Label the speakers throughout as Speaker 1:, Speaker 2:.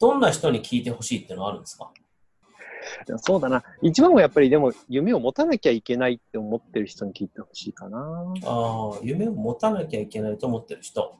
Speaker 1: どんな人に聞いてほしいっていうのはあるんですか？
Speaker 2: そうだな。一番はやっぱりでも夢を持たなきゃいけないって思ってる人に聞いてほしいかな。
Speaker 1: 夢を持たなきゃいけないと思ってる人。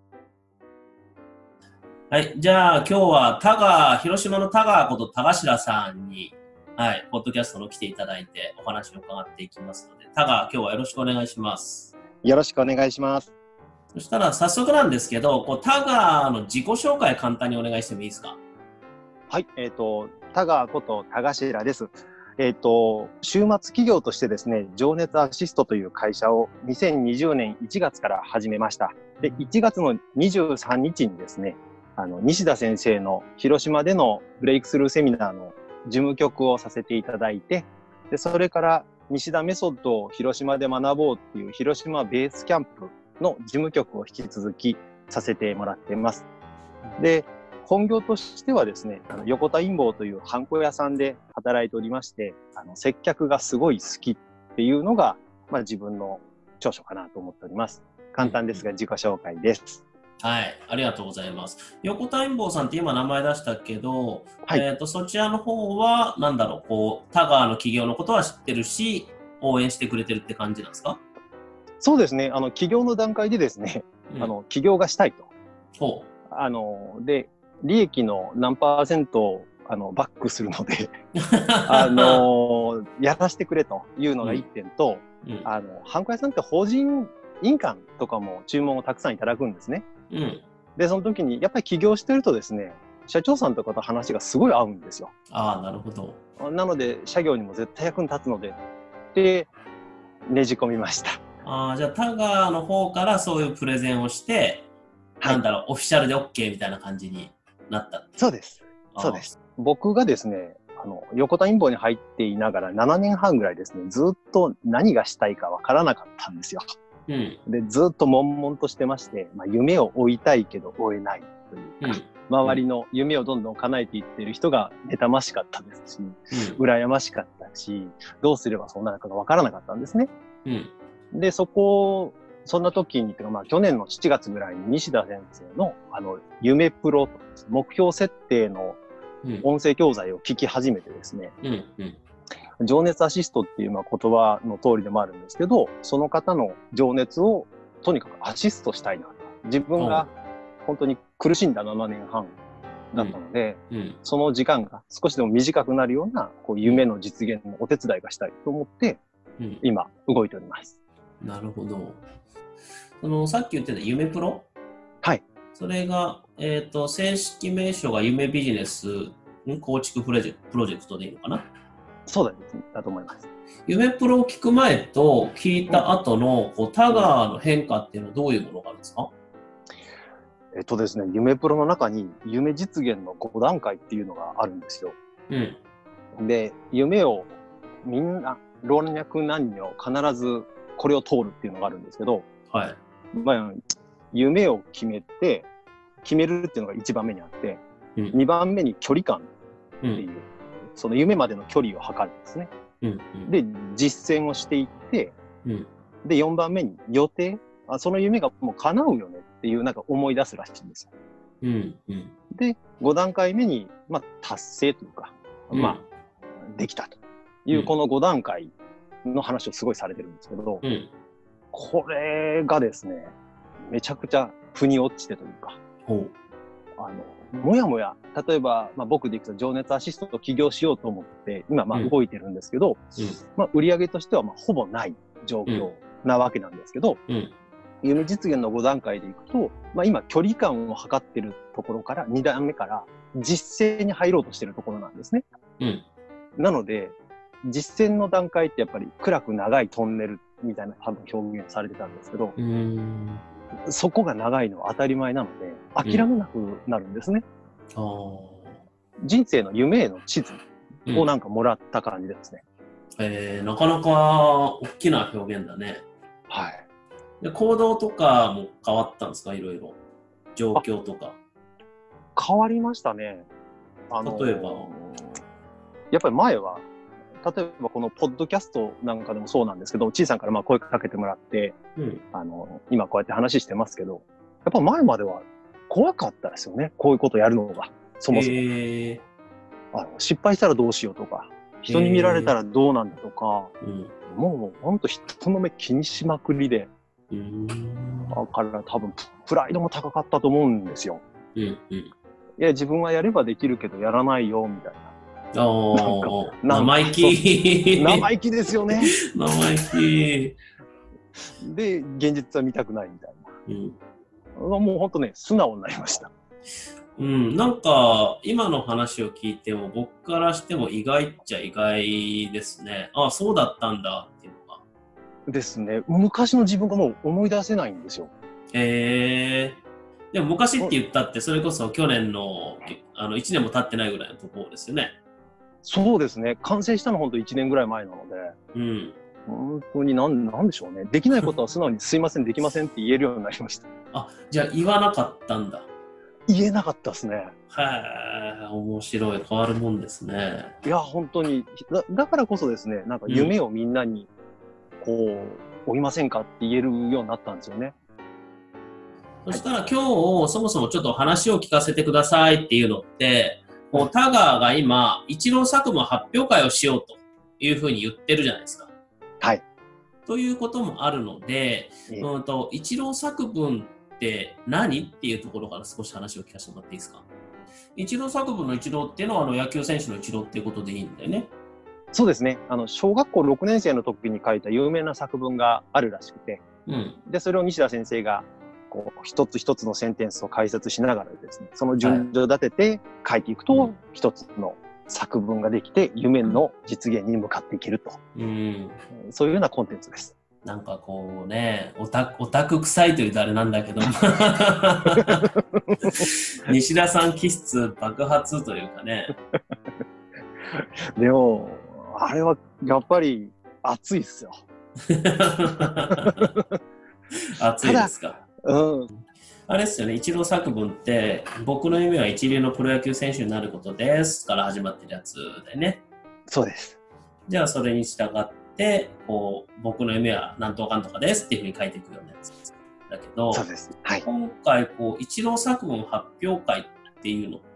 Speaker 1: はい。じゃあ今日は広島の田川こと田頭さんに、はい、ポッドキャストの来ていただいてお話を伺っていきますので、田川、今日はよろしくお願いします。
Speaker 2: よろしくお願いします。
Speaker 1: そしたら早速なんですけど、田川の自己紹介簡単にお願いしてもいいですか？
Speaker 2: はい。田川こと田頭です。週末企業としてですね、情熱アシストという会社を2020年1月から始めました。で、1月の23日にですね、西田先生の広島でのブレイクスルーセミナーの事務局をさせていただいて、で、それから西田メソッドを広島で学ぼうっていう広島ベースキャンプの事務局を引き続きさせてもらっています。で、本業としてはですね、横田陰謀というハンコ屋さんで働いておりまして、接客がすごい好きっていうのが、自分の長所かなと思っております。簡単ですが自己紹介です。
Speaker 1: はい、ありがとうございます。横田陰謀さんって今名前出したけど、
Speaker 2: はい、
Speaker 1: そちらの方は、田川の企業のことは知ってるし、応援してくれてるって感じなんですか？
Speaker 2: そうですね、起業の段階でですね、起業がしたいと。
Speaker 1: ほ
Speaker 2: う。で、利益の何%をバックするので、やらせてくれというのが1点と、ハンコ屋さんって法人印鑑とかも注文をたくさんいただくんですね。で、その時に、やっぱり起業してるとですね、社長さんとかと話がすごい合うんですよ。
Speaker 1: なるほど。
Speaker 2: なので、社業にも絶対役に立つので、で、ねじ込みました。
Speaker 1: じゃあ、田川の方からそういうプレゼンをして、
Speaker 2: はい、
Speaker 1: オフィシャルで OK みたいな感じになったっていう。
Speaker 2: そうです。そうです。僕がですね、横田陰謀に入っていながら7年半ぐらいですね、ずっと何がしたいかわからなかったんですよ。で、ずっと悶々としてまして、夢を追いたいけど追えないというか、周りの夢をどんどん叶えていっている人が妬ましかったですし、羨ましかったし、どうすればそうなるかがわからなかったんですね。で、そんな時に、去年の7月ぐらいに西田先生の、夢プロと、目標設定の音声教材を聞き始めてですね、情熱アシストっていう言葉の通りでもあるんですけど、その方の情熱をとにかくアシストしたいなと。自分が本当に苦しんだ7年半だったので、その時間が少しでも短くなるような夢の実現のお手伝いがしたいと思って、今動いております。
Speaker 1: なるほど。さっき言ってた夢プロ？
Speaker 2: はい。
Speaker 1: それが、正式名称が夢ビジネス構築プロジェクトでいいのかな？
Speaker 2: そうだと思います。
Speaker 1: 夢プロを聞く前と聞いた後の、田川の変化っていうのはどういうものがあるんですか？
Speaker 2: ですね、夢プロの中に夢実現の5段階っていうのがあるんですよ。で、夢をみんな、老若男女必ずこれを通るっていうのがあるんですけど、夢を決めるっていうのが1番目にあって、2番目に距離感っていう、その夢までの距離を測るんですね。で、実践をしていって、で、4番目に予定、その夢がもう叶うよねっていう思い出すらしいんですよ。で、5段階目に、達成というか、できたという、この5段階の話をすごいされてるんですけど、これがですね、めちゃくちゃ腑に落ちてというか、もやもや、例えば、僕でいくと情熱アシストと起業しようと思って、今、動いてるんですけど、売上としては、ほぼない状況なわけなんですけど、夢実現の5段階でいくと、今、距離感を測ってるところから、2段目から実践に入ろうとしてるところなんですね。なので、実践の段階ってやっぱり暗く長いトンネルみたいな多分表現されてたんですけど、そこが長いのは当たり前なので、諦めなくなるんですね。人生の夢への地図をもらった感じですね。
Speaker 1: なかなか大きな表現だね。
Speaker 2: はい。
Speaker 1: で、行動とかも変わったんですか？いろいろ。状況とか。
Speaker 2: 変わりましたね。
Speaker 1: 例えば
Speaker 2: やっぱり前は、例えばこのポッドキャストなんかでもそうなんですけど、ちいさんから声かけてもらって、今こうやって話してますけど、やっぱ前までは怖かったですよね。こういうことやるのが。 そもそも。失敗したらどうしようとか、人に見られたらどうなんだとか、もうほんと人の目気にしまくりで、だから多分プライドも高かったと思うんですよ。いや、自分はやればできるけどやらないよ、みたい
Speaker 1: な。生意気。
Speaker 2: 生意気ですよね。
Speaker 1: 生意気。
Speaker 2: で、現実は見たくないみたいな。もうほんとね、素直になりました。
Speaker 1: なんか、今の話を聞いても、僕からしても意外っちゃ意外ですね。あ、そうだったんだっていうのが。
Speaker 2: ですね。昔の自分がもう思い出せないんですよ。
Speaker 1: でも昔って言ったって、それこそ去年の、1年も経ってないぐらいのところですよね。
Speaker 2: そうですね。完成したのほんと1年ぐらい前なので。本当になんでしょうね。できないことは素直にすいません、できませんって言えるようになりました。
Speaker 1: あ、じゃあ言わなかったんだ。
Speaker 2: 言えなかったですね。
Speaker 1: 面白い。変わるもんですね。
Speaker 2: いや、本当に。だからこそですね、なんか夢をみんなに、追いませんかって言えるようになったんですよね。
Speaker 1: そしたら今日、そもそもちょっと話を聞かせてくださいっていうのって、タガーが今、一郎作文発表会をしようというふうに言ってるじゃないですか。
Speaker 2: はい。
Speaker 1: ということもあるので、一郎作文って何っていうところから少し話を聞かせてもらっていいですか。一郎作文の一郎っていうのは野球選手の一郎っていうことでいいんだよね。
Speaker 2: そうですね。小学校6年生の時に書いた有名な作文があるらしくて、で、それを西田先生が一つ一つのセンテンスを解説しながらですね、その順序を立てて書いていくと、一つの作文ができて、夢の実現に向かっていけると。そういうようなコンテンツです。
Speaker 1: なんかオタク臭いというとあれなんだけど西田さん気質爆発というかね。
Speaker 2: でも、あれはやっぱり熱いっすよ。
Speaker 1: 熱いですか。あれですよね、一郎作文って、僕の夢は一流のプロ野球選手になることですから始まってるやつだよね。
Speaker 2: そうです。
Speaker 1: じゃあそれに従って、僕の夢は何とかんとかですっていうふうに書いていくようなやつだけど、
Speaker 2: そうです。はい、
Speaker 1: 今回一郎作文発表会っていうのって、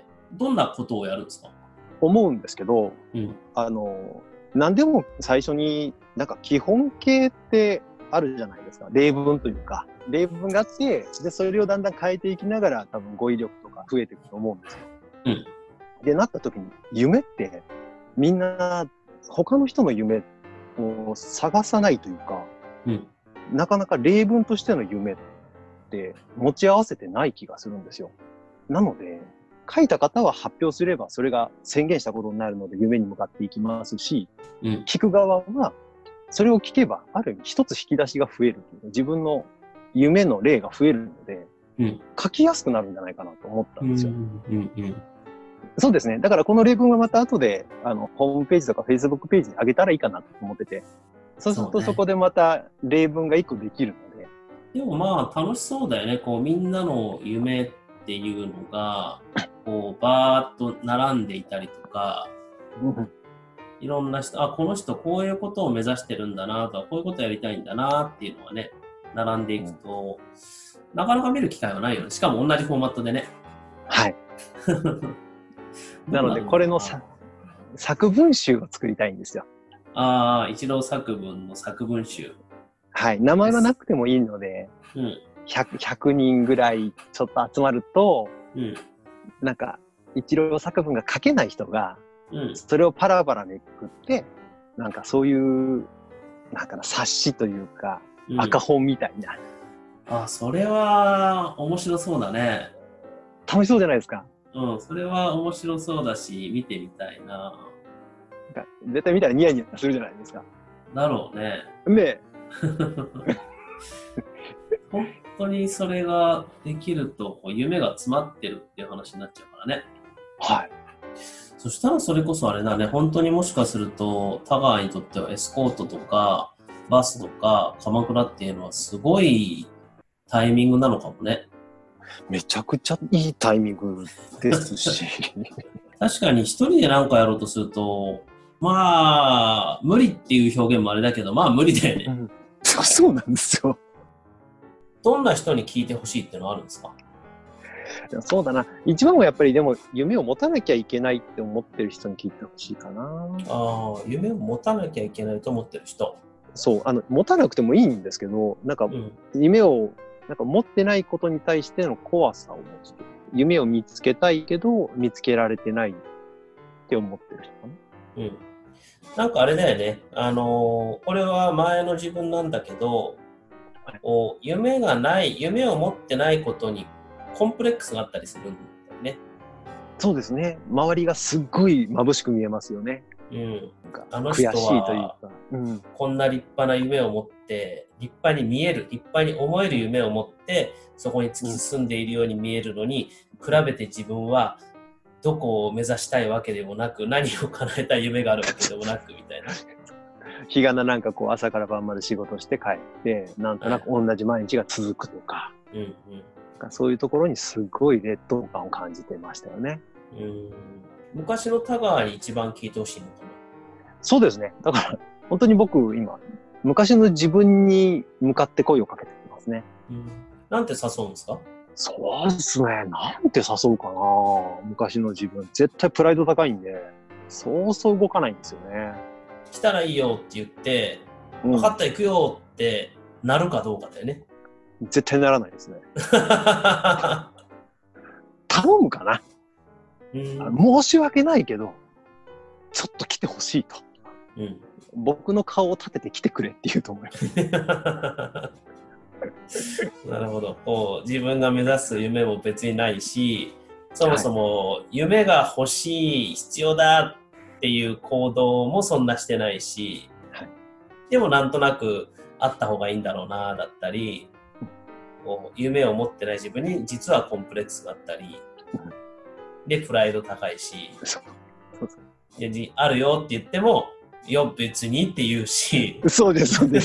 Speaker 1: どんなことをやるんですか？
Speaker 2: 思うんですけど、何でも最初になんか基本形ってあるじゃないですか。例文というか。例文があって、で、それをだんだん変えていきながら多分語彙力とか増えていくと思うんですよ。で、なった時に夢ってみんな他の人の夢を探さないというか、なかなか例文としての夢って持ち合わせてない気がするんですよ。なので、書いた方は発表すればそれが宣言したことになるので夢に向かっていきますし、聞く側はそれを聞けばある意味一つ引き出しが増えるというか、自分の夢の例が増えるので、書きやすくなるんじゃないかなと思ったんですよ。そうですね。だからこの例文はまた後でホームページとか Facebook ページに上げたらいいかなと思ってて、そうするとそこでまた例文が一個できるので。
Speaker 1: でもまあ楽しそうだよね。みんなの夢っていうのがバーッと並んでいたりとか、いろんな人、この人こういうことを目指してるんだなとか、こういうことやりたいんだなっていうのがね、並んでいくと、なかなか見る機会はないよね。しかも同じフォーマットでね。
Speaker 2: はい。なので、これの作文集を作りたいんですよ。
Speaker 1: 一郎作文の作文集。
Speaker 2: はい。名前はなくてもいいので、100人ぐらいちょっと集まると、なんか、一郎作文が書けない人が、それをパラパラめくって、なんかそういう、なんか冊子というか、赤本みたいな。
Speaker 1: それは面白そうだね。
Speaker 2: 楽しそうじゃないですか。
Speaker 1: それは面白そうだし、見てみたいな。
Speaker 2: 絶対見たらニヤニヤするじゃないですか。
Speaker 1: だろうね。
Speaker 2: ね
Speaker 1: 本当にそれができると夢が詰まってるっていう話になっちゃうからね。
Speaker 2: はい。
Speaker 1: そしたらそれこそあれだね、本当にもしかすると田川にとってはエスコートとかバスとか鎌倉っていうのはすごいタイミングなのかもね。
Speaker 2: めちゃくちゃいいタイミングですし
Speaker 1: 確かに一人で何かやろうとするとまあ無理っていう表現もあれだけど、まあ無理だよね。
Speaker 2: そうなんですよ。
Speaker 1: どんな人に聞いてほしいっていうのはあるんですか？
Speaker 2: そうだな。一番はやっぱりでも夢を持たなきゃいけないって思ってる人に聞いてほしいかな。
Speaker 1: ああ、夢を持たなきゃいけないと思ってる人。
Speaker 2: そう、持たなくてもいいんですけど、なんか、夢を、なんか持ってないことに対しての怖さを持つ。夢を見つけたいけど、見つけられてないって思ってる人かな。
Speaker 1: うん。なんかあれだよね。これは前の自分なんだけど、夢がない、夢を持ってないことにコンプレックスがあったりするんだよね。
Speaker 2: そうですね。周りがすっごい眩しく見えますよね。
Speaker 1: うん。あの
Speaker 2: 悔
Speaker 1: 人
Speaker 2: しいという
Speaker 1: は
Speaker 2: か、
Speaker 1: こんな立派な夢を持って、立派に見える、立派に思える夢を持って、そこに突き進んでいるように見えるのに、比べて自分はどこを目指したいわけでもなく、何を叶えたい夢があるわけでもなく、みたいな。
Speaker 2: 日がななんかこう朝から晩まで仕事して帰って、なんとなく同じ毎日が続くとか、そういうところにすごい劣等感を感じてましたよね。
Speaker 1: 昔の田川に一番聞いてほしいのかな。
Speaker 2: そうですね。だから本当に僕今、昔の自分に向かって声をかけてますね。
Speaker 1: なんて誘うんですか？
Speaker 2: そうですね。なんて誘うかな。昔の自分。絶対プライド高いんで、そうそう動かないんですよね。
Speaker 1: 来たらいいよって言って、分かった行くよってなるかどうかだよね。
Speaker 2: 絶対ならないですね。頼むかな。申し訳ないけど、ちょっと来てほしいと。僕の顔を立てて来てくれって言うと思います。
Speaker 1: なるほど。自分が目指す夢も別にないし、そもそも夢が欲しい、必要だっていう行動もそんなしてないし、でもなんとなくあった方がいいんだろうなだったり、夢を持ってない自分に実はコンプレックスがあったり、でプライド高いし、あるよって言っても、いや別にって言うし、
Speaker 2: そうですそうです。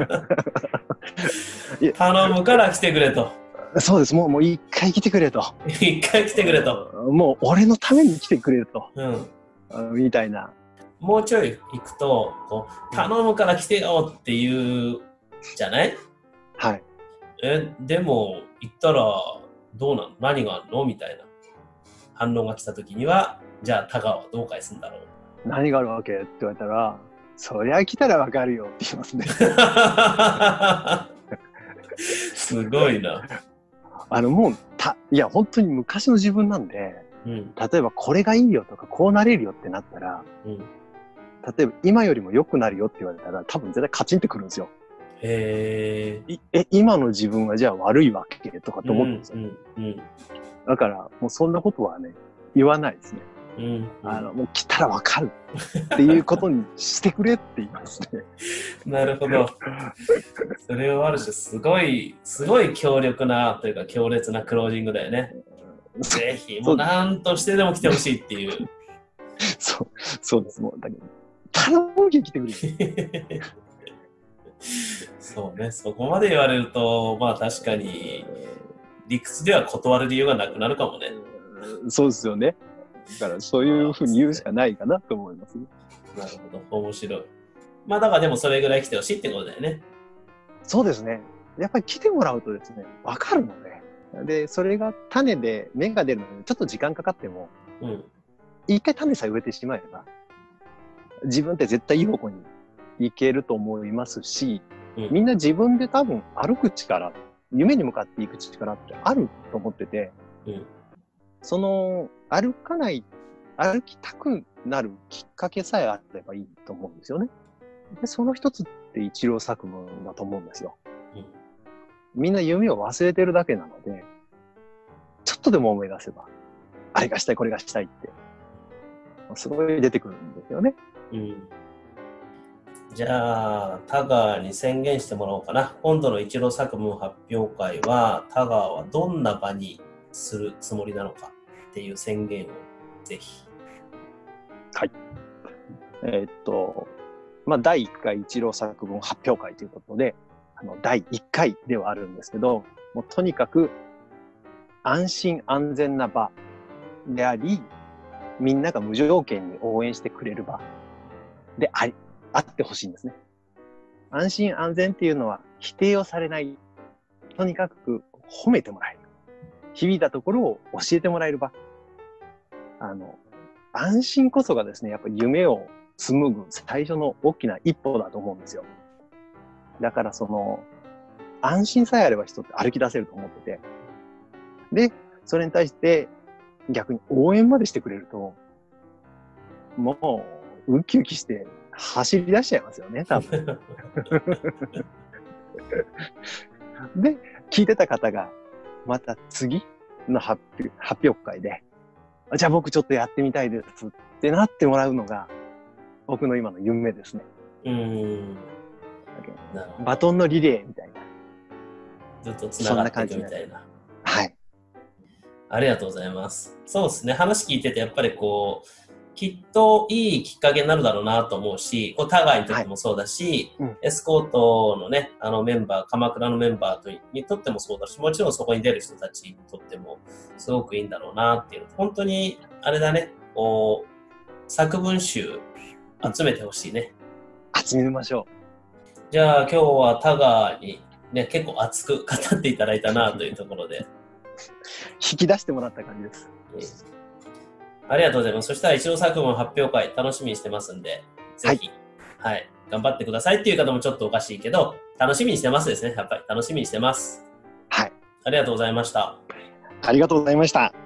Speaker 1: 頼むから来てくれと。
Speaker 2: そうです。もう一回来てくれと。
Speaker 1: 一回来てくれと。
Speaker 2: もう俺のために来てくれと。みたいな。
Speaker 1: もうちょい行くと、頼むから来てよっていうじゃない？
Speaker 2: はい。
Speaker 1: でも行ったらどうなの？何があるの？みたいな反応が来た時には、じゃあ田川はどう返すんだろう？
Speaker 2: 何があるわけって言われたら、そりゃ来たらわかるよって言いますね。
Speaker 1: すごいな。
Speaker 2: もういや本当に昔の自分なんで、例えばこれがいいよとかこうなれるよってなったら、例えば今よりも良くなるよって言われたら多分絶対カチンってくるんですよ。今の自分はじゃあ悪いわけとかと思うんですよ。だからもうそんなことはね言わないですね。もう来たらわかるっていうことにしてくれって言いますね。
Speaker 1: なるほど。それはある種すごい強力なというか強烈なクロージングだよね。ぜひもう何としてでも来てほしいっていう。
Speaker 2: そうです。もうだけど頼むけ来てくれ。
Speaker 1: そうね。そこまで言われるとまあ確かに理屈では断る理由がなくなるかもね。
Speaker 2: そうですよね。だからそういうふうに言うしかないかなと思いますね。
Speaker 1: なるほど、面白い。まあだからでもそれぐらい来てほしいってことだよね。
Speaker 2: そうですね。やっぱり来てもらうとですね、わかるので。で、それが種で芽が出るのにちょっと時間かかっても、一回種さえ植えてしまえば、自分って絶対いい方向に行けると思いますし、みんな自分で多分歩く力、夢に向かっていく力ってあると思ってて、その歩きたくなるきっかけさえあればいいと思うんですよね。で、その一つって一郎作文だと思うんですよ。みんな夢を忘れてるだけなので、ちょっとでも思い出せば、あれがしたい、これがしたいって、すごい出てくるんですよね。
Speaker 1: じゃあ、田川に宣言してもらおうかな。今度の一郎作文発表会は、田川はどんな場にするつもりなのかっていう宣言をぜひ。
Speaker 2: はい。まあ、第1回一郎作文発表会ということで、第1回ではあるんですけど、もうとにかく安心安全な場であり、みんなが無条件に応援してくれる場であってほしいんですね。安心安全っていうのは否定をされない。とにかく褒めてもらえる。 響いたところを教えてもらえる場。安心こそがですね、やっぱり夢を紡ぐ最初の大きな一歩だと思うんですよ。だから安心さえあれば人って歩き出せると思ってて。で、それに対して逆に応援までしてくれると、もうウキウキして走り出しちゃいますよね、多分。で、聞いてた方がまた次の発表会で、じゃあ僕ちょっとやってみたいですってなってもらうのが僕の今の夢ですね。バトンのリレーみたいな。
Speaker 1: ずっとつながっていくみたいな。
Speaker 2: はい。
Speaker 1: ありがとうございます。そうですね。話聞いててやっぱりきっといいきっかけになるだろうなと思うし、タガにとってもそうだし、エスコートのね、メンバー、鎌倉のメンバーにとってもそうだし、もちろんそこに出る人たちにとってもすごくいいんだろうなっていう。本当に、あれだね、作文集集めてほしいね。
Speaker 2: 集めましょう。
Speaker 1: じゃあ今日はタガにね、結構熱く語っていただいたなというところで。
Speaker 2: 引き出してもらった感じです。
Speaker 1: ありがとうございます。そしたら一郎作文発表会楽しみにしてますんで、ぜひ、はい、頑張ってくださいっていう方もちょっとおかしいけど、楽しみにしてますですね。やっぱり楽しみにしてます。
Speaker 2: はい。
Speaker 1: ありがとうございました。
Speaker 2: ありがとうございました。